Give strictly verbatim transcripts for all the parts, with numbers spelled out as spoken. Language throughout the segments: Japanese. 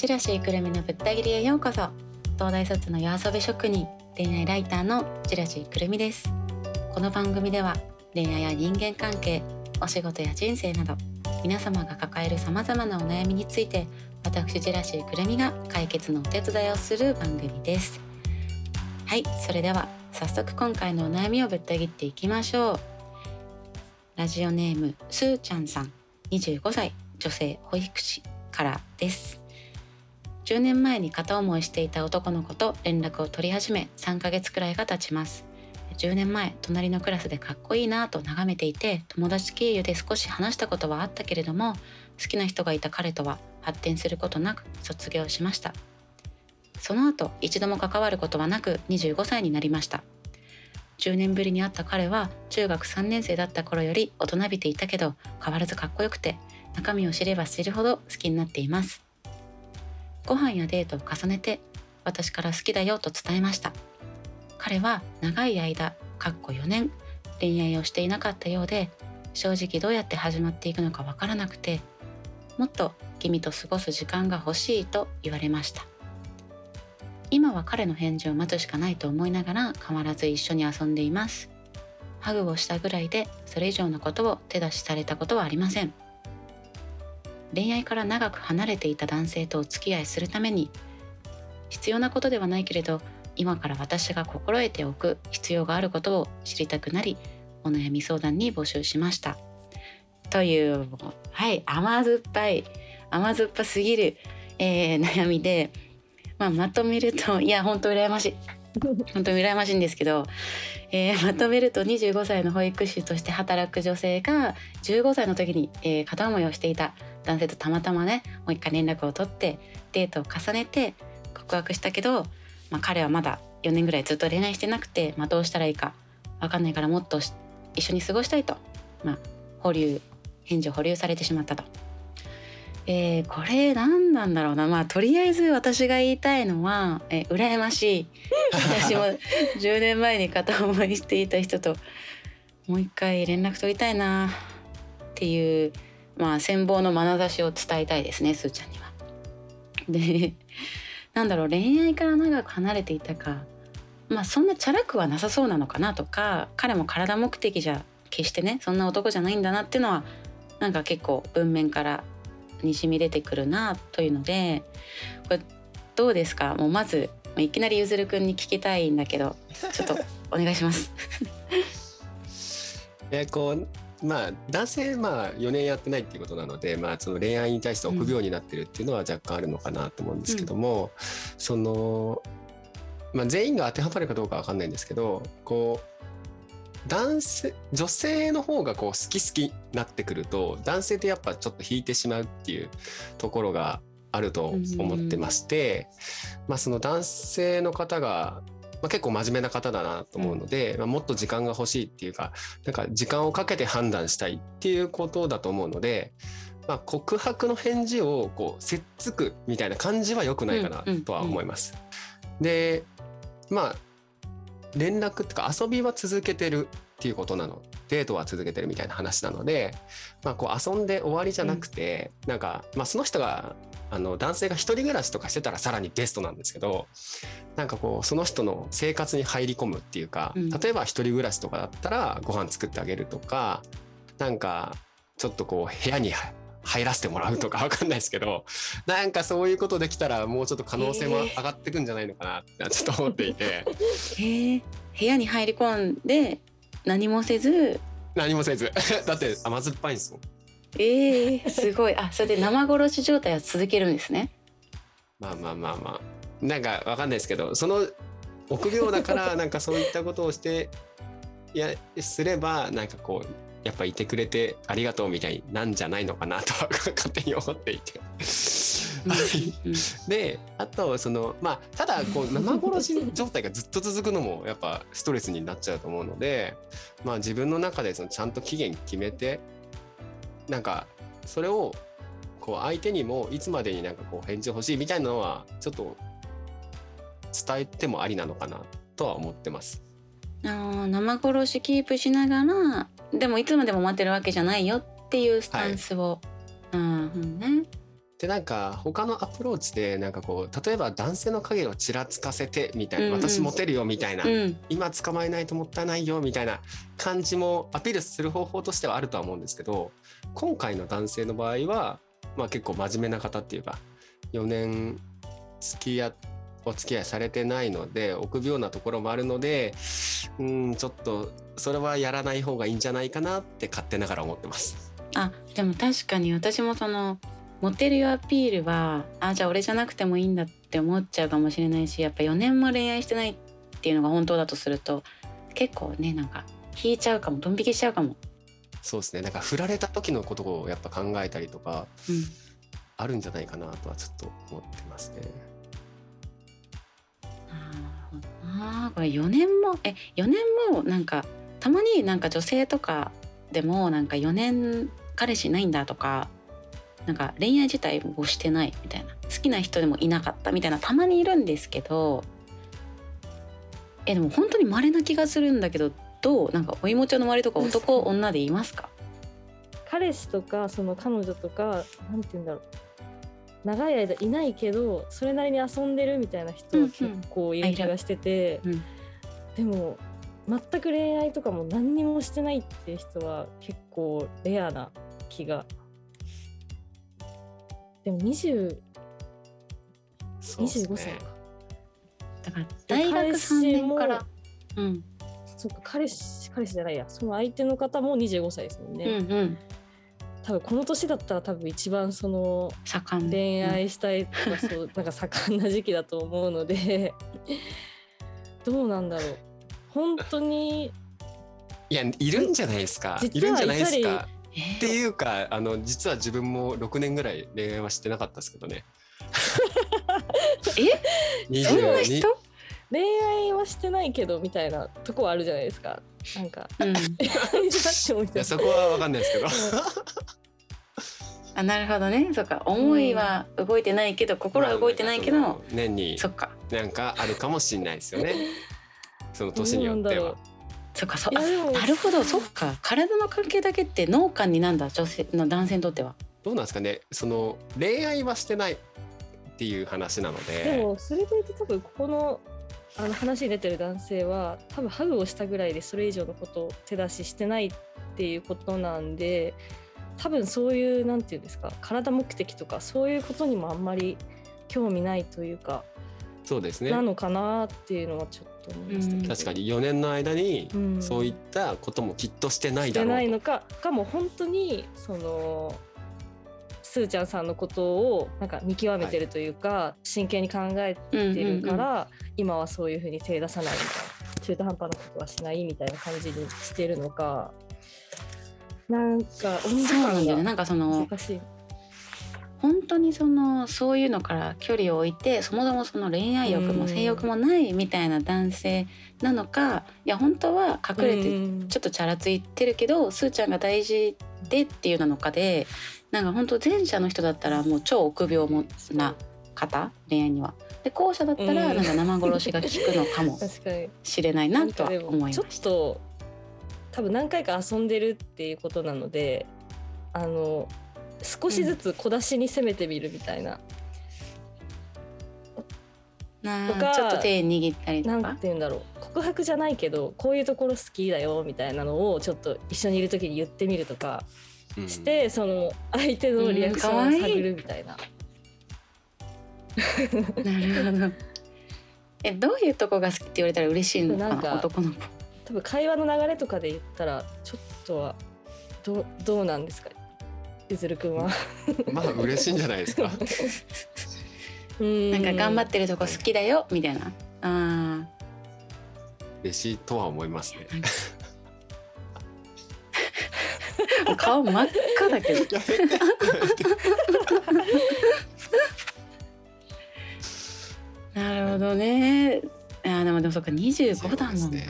ジラシーくるみのぶった切りへようこそ。東大卒の夜遊び職人、恋愛ライターのジラシーくるみです。この番組では恋愛や人間関係、お仕事や人生など皆様が抱えるさまざまなお悩みについて、私ジラシーくるみが解決のお手伝いをする番組です。はい、それでは早速今回のお悩みをぶった切っていきましょう。ラジオネームすーちゃんさん、にじゅうごさい、女性保育士からです。じゅうねんまえに片思いしていた男の子と連絡を取り始めさんかげつくらいが経ちます。じゅうねんまえ、隣のクラスでかっこいいなと眺めていて、友達経由で少し話したことはあったけれども、好きな人がいた彼とは発展することなく卒業しました。その後一度も関わることはなくにじゅうごさいになりました。じゅうねんぶりに会った彼は中学さんねん生だった頃より大人びていたけど、変わらずかっこよくて、中身を知れば知るほど好きになっています。ご飯やデートを重ねて私から好きだよと伝えました。彼は長い間かっこよねん恋愛をしていなかったようで、正直どうやって始まっていくのかわからなくて、もっと君と過ごす時間が欲しいと言われました。今は彼の返事を待つしかないと思いながら変わらず一緒に遊んでいます。ハグをしたぐらいでそれ以上のことを手出しされたことはありません。恋愛から長く離れていた男性とお付き合いするために、必要なことではないけれど今から私が心得ておく必要があることを知りたくなり、お悩み相談に募集しましたという、はい、甘酸っぱい甘酸っぱすぎる、えー、悩みで、まあ、まとめると、いや本当羨ましい本当に羨ましいんですけど、えー、まとめるとにじゅうごさいの保育士として働く女性がじゅうごさいの時に、えー、片思いをしていた男性とたまたまね、もう一回連絡を取ってデートを重ねて告白したけど、まあ、彼はまだよねんぐらいずっと恋愛してなくて、まあ、どうしたらいいか分かんないからもっと一緒に過ごしたいと、まあ、保留返事を保留されてしまったと。えー、これ何なんだろうな。まあとりあえず私が言いたいのは、えー、羨ましい私もじゅうねんまえに片思いしていた人ともう一回連絡取りたいなっていう、まあ羨望の眼差しを伝えたいですね、すーちゃんには。で、なんだろう、恋愛から長く離れていたか、まあそんなチャラくはなさそうなのかなとか、彼も体目的じゃ決してねそんな男じゃないんだなっていうのはなんか結構文面からにじみ出てくるなというので、これどうですか。もうまずいきなりゆずるくんに聞きたいんだけど、ちょっとお願いしますえこうまあ男性まあよねんやってないっていうことなので、まあその恋愛に対して臆病になってるっていうのは若干あるのかなと思うんですけども、うん、そのまあ全員が当てはまるかどうかわかんないんですけど、こう男性女性の方がこう好き好きになってくると、男性ってやっぱちょっと引いてしまうっていうところがあると思ってまして、まあその男性の方が、まあ、結構真面目な方だなと思うので、まあ、もっと時間が欲しいっていうか、なんか時間をかけて判断したいっていうことだと思うので、まあ、告白の返事をこうせっつくみたいな感じは良くないかなとは思います。で、まあ連絡ってか遊びは続けてるっていうことなの、デートは続けてるみたいな話なので、まあ、こう遊んで終わりじゃなくて、うん、なんか、まあ、その人があの男性が一人暮らしとかしてたらさらにベストなんですけど、なんかこうその人の生活に入り込むっていうか、うん、例えば一人暮らしとかだったらご飯作ってあげるとか、なんかちょっとこう部屋に入らせてもらうとか分かんないですけど、なんかそういうことできたらもうちょっと可能性も上がってくんじゃないのかなってちょっと思っていて、 へー、部屋に入り込んで何もせず何もせずだって甘酸っぱいんですもん。 えー、すごい。あ、それで生殺し状態は続けるんですね。 まあまあまあまあ、なんか分かんないですけど、その臆病だからなんかそういったことをしていやすればなんかこうやっぱいてくれてありがとうみたいなんじゃないのかなとは勝手に思っていてで、あとそのまあただこう生殺し状態がずっと続くのもやっぱストレスになっちゃうと思うので、まあ自分の中でそのちゃんと期限決めて、なんかそれをこう相手にもいつまでになんかこう返事欲しいみたいなのはちょっと伝えてもありなのかなとは思ってます。 あ、生殺しキープしながらでもいつまでも待ってるわけじゃないよっていうスタンスを、はい、うんね、 でなんか他のアプローチでなんかこう例えば男性の影をちらつかせてみたいな、うんうん、私モテるよみたいな、うん、今捕まえないともったいないよみたいな感じもアピールする方法としてはあるとは思うんですけど、今回の男性の場合は、まあ、結構真面目な方っていうかよねん付き合お付き合いされてないので臆病なところもあるので、うんちょっとそれはやらない方がいいんじゃないかなって勝手ながら思ってます。 あでも確かに私もそのモテるよアピールはあじゃあ俺じゃなくてもいいんだって思っちゃうかもしれないし、やっぱよねんも恋愛してないっていうのが本当だとすると結構ねなんか引いちゃうかも、ドン引きしちゃうかも。 そうですね、なんか振られた時のことをやっぱ考えたりとか、うん、あるんじゃないかなとはちょっと思ってますね。 あこれよねんもえよねんもなんかたまになんか女性とかでもなんかよねん彼氏いないんだとか、なんか恋愛自体をしてないみたいな、好きな人でもいなかったみたいなたまにいるんですけど、えでも本当に稀な気がするんだけど、どうなんかおいもちゃんの周りとか男女でいますか？ 彼氏とかその彼女とかなんて言うんだろう、長い間いないけどそれなりに遊んでるみたいな人は結構いる気がしてて、うんうん、でも全く恋愛とかも何にもしてないっていう人は結構レアな気が。でもにじゅう、にじゅうごさいか。 だから大学さんねんから、 うん、そっか彼氏彼氏じゃないや、その相手の方もにじゅうごさいですもんね。うんうん、多分この年だったら多分一番その恋愛したいとかそうなんか盛んな時期だと思うのでどうなんだろう本当に。 いやいるんじゃないですか。いるんじゃないですか。っていうかあの実は自分もろくねんぐらい恋愛はしてなかったですけどね。 えそんな人？ 恋愛はしてないけどみたいなとこはあるじゃないですか。なんか、うん、いやそこは分かんないですけどあなるほどね。そっか思いは動いてないけど、うん、心は動いてないけど、まあ、 年にそっかなんかあるかもしれないですよねその年によっては。 そっかそあなるほどそっか体の関係だけって脳幹になんだ女性の男性にとっては。 どうなんですかね、その恋愛はしてないっていう話なので。 でもそれでいて多分ここのあの話に出てる男性は多分ハグをしたぐらいでそれ以上のことを手出ししてないっていうことなんで、多分そういうなんていうんですか体目的とかそういうことにもあんまり興味ないというか、 そうですね、 なのかなっていうのはちょっと思いましたけど、 確かによねんの間にそういったこともきっとしてないだろうと、 してないのかかも本当にそのすーちゃんさんのことをなんか見極めてるというか、はい、真剣に考えてるから、うんうんうん、今はそういう風に手出さないみたいな、中途半端なことはしないみたいな感じにしてるのか、なんか温度感が難しい。 本当にそのそういうのから距離を置いて、そもそもその恋愛欲も性欲もないみたいな男性なのか、いや本当は隠れてちょっとチャラついてるけどすーちゃんが大事でっていうのかで、なんか本当前者の人だったらもう超臆病な方、恋愛にはで後者だったらなんか生殺しが効くのかもしれないなとは思いました。 ちょっと多分何回か遊んでるっていうことなので、あの少しずつ小出しに攻めてみるみたいな、 うん、とかちょっと手握ったりとか、 なんていうんだろう、告白じゃないけどこういうところ好きだよみたいなのをちょっっと一緒にいる時に言ってみるとかして、うん、その相手のリアクションを探るみたいな、 うん、なるほど。えどういうとこが好きって言われたら嬉しいのかな、なんか男の子。 多分会話の流れとかで言ったらちょっとは ど, どうなんですかゆずるくんは。 まあ嬉しいんじゃないですか。 うんなんか頑張ってるとこ好きだよみたいな、あ嬉しいとは思いますね。 顔真っ赤だけど。なるほどね。あでもでもそっかにじゅうごだもんな、ね、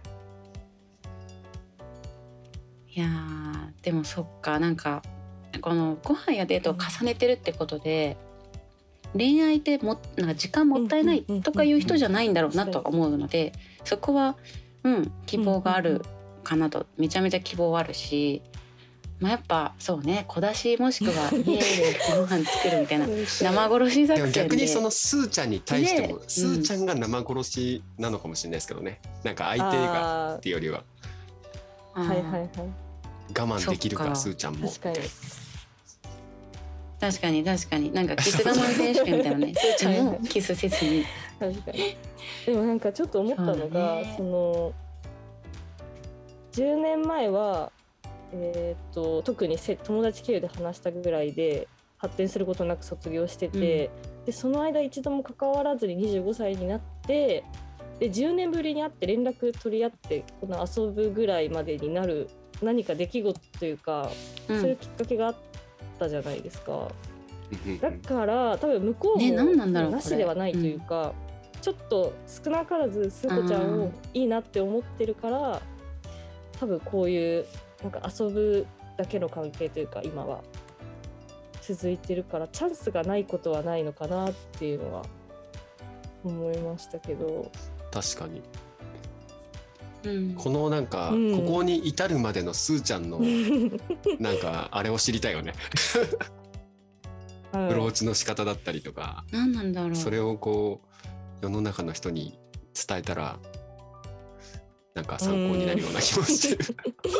いやでもそっか、なんかこのご飯やデートを重ねてるってことで、恋愛ってもなんか時間もったいないとかいう人じゃないんだろうなと思うので、そこはうん希望があるかなと、めちゃめちゃ希望あるし、 まあやっぱそうね、小出しもしくは家でご飯作るみたいな生殺し作戦で。 でも逆にそのスーちゃんに対しても、 ね、 スーちゃんが生殺しなのかもしれないですけどね、なんか相手がっていうよりははいはいはい、 我慢できるからスーちゃんも。 確かに確かに確かに、なんかキス我慢選手権みたいなねスーちゃんもキスせずに確かに。でもなんかちょっと思ったのが、 そ,、ね、そのじゅうねんまえはえー、と特にせ友達経由で話したぐらいで発展することなく卒業してて、うん、でその間一度も関わらずににじゅうごさいになって、でじゅうねんぶりに会って連絡取り合ってこの遊ぶぐらいまでになる何か出来事というか、うん、そういうきっかけがあったじゃないですか。だから多分向こうもなしではないというか、ね、うん、ちょっと少なからずスー子ちゃんをいいなって思ってるから、多分こういうなんか遊ぶだけの関係というか今は続いてるから、チャンスがないことはないのかなっていうのは思いましたけど。 確かに、 うん、 このなんか、うん、ここに至るまでのスーちゃんのなんかあれを知りたいよねアプローチの仕方だったりとか、 何なんだろう、 それをこう世の中の人に伝えたらなんか参考になるような気もしてる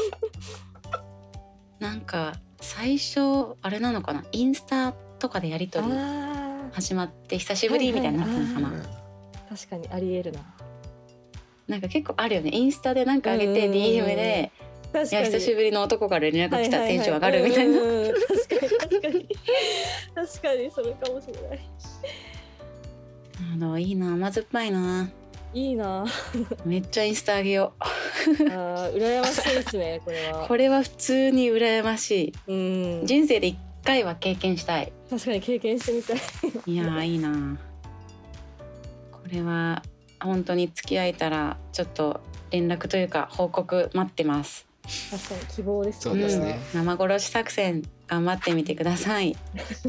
なんか最初あれなのかな、インスタとかでやり取り始まって久しぶりみたいになったのかな、はいはい、 確かにありえるな。 なんか結構あるよね、インスタでなんか上げて ディーエム でいや久しぶりの男から連絡来た、テンション上がるみたいな。 確かに確かに確かにそれかもしれない。 あのいいな、甘酸っぱいな、 いいなめっちゃインスタ上げようあ、羨ましいですねこれは。 これは普通に羨ましい。うん、人生で一回は経験したい。 確かに経験してみたいいやいいな、これは本当に付き合えたらちょっと連絡というか報告待ってます。 確かに希望ですね。 そうですね、 うん、生殺し作戦頑張ってみてください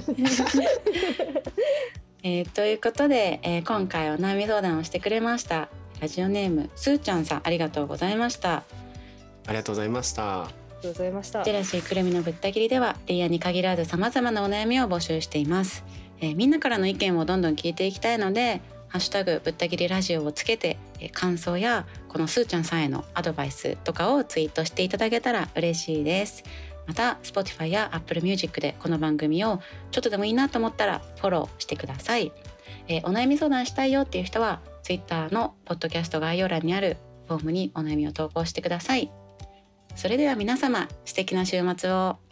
えー、ということで、えー、今回お悩み相談をしてくれましたラジオネームスーちゃんさん、ありがとうございました。 ありがとうございました。 ありがとうございました。 ジェラシーくるみのぶった切りでは恋愛に限らず様々なお悩みを募集しています、えー、みんなからの意見をどんどん聞いていきたいのでハッシュタグぶった切りラジオをつけて、えー、感想やこのスーちゃんさんへのアドバイスとかをツイートしていただけたら嬉しいです。また Spotify や Apple Music でこの番組をちょっとでもいいなと思ったらフォローしてください、えー、お悩み相談したいよっていう人は Twitter のポッドキャスト概要欄にあるフォームにお悩みを投稿してください。それでは皆様素敵な週末を。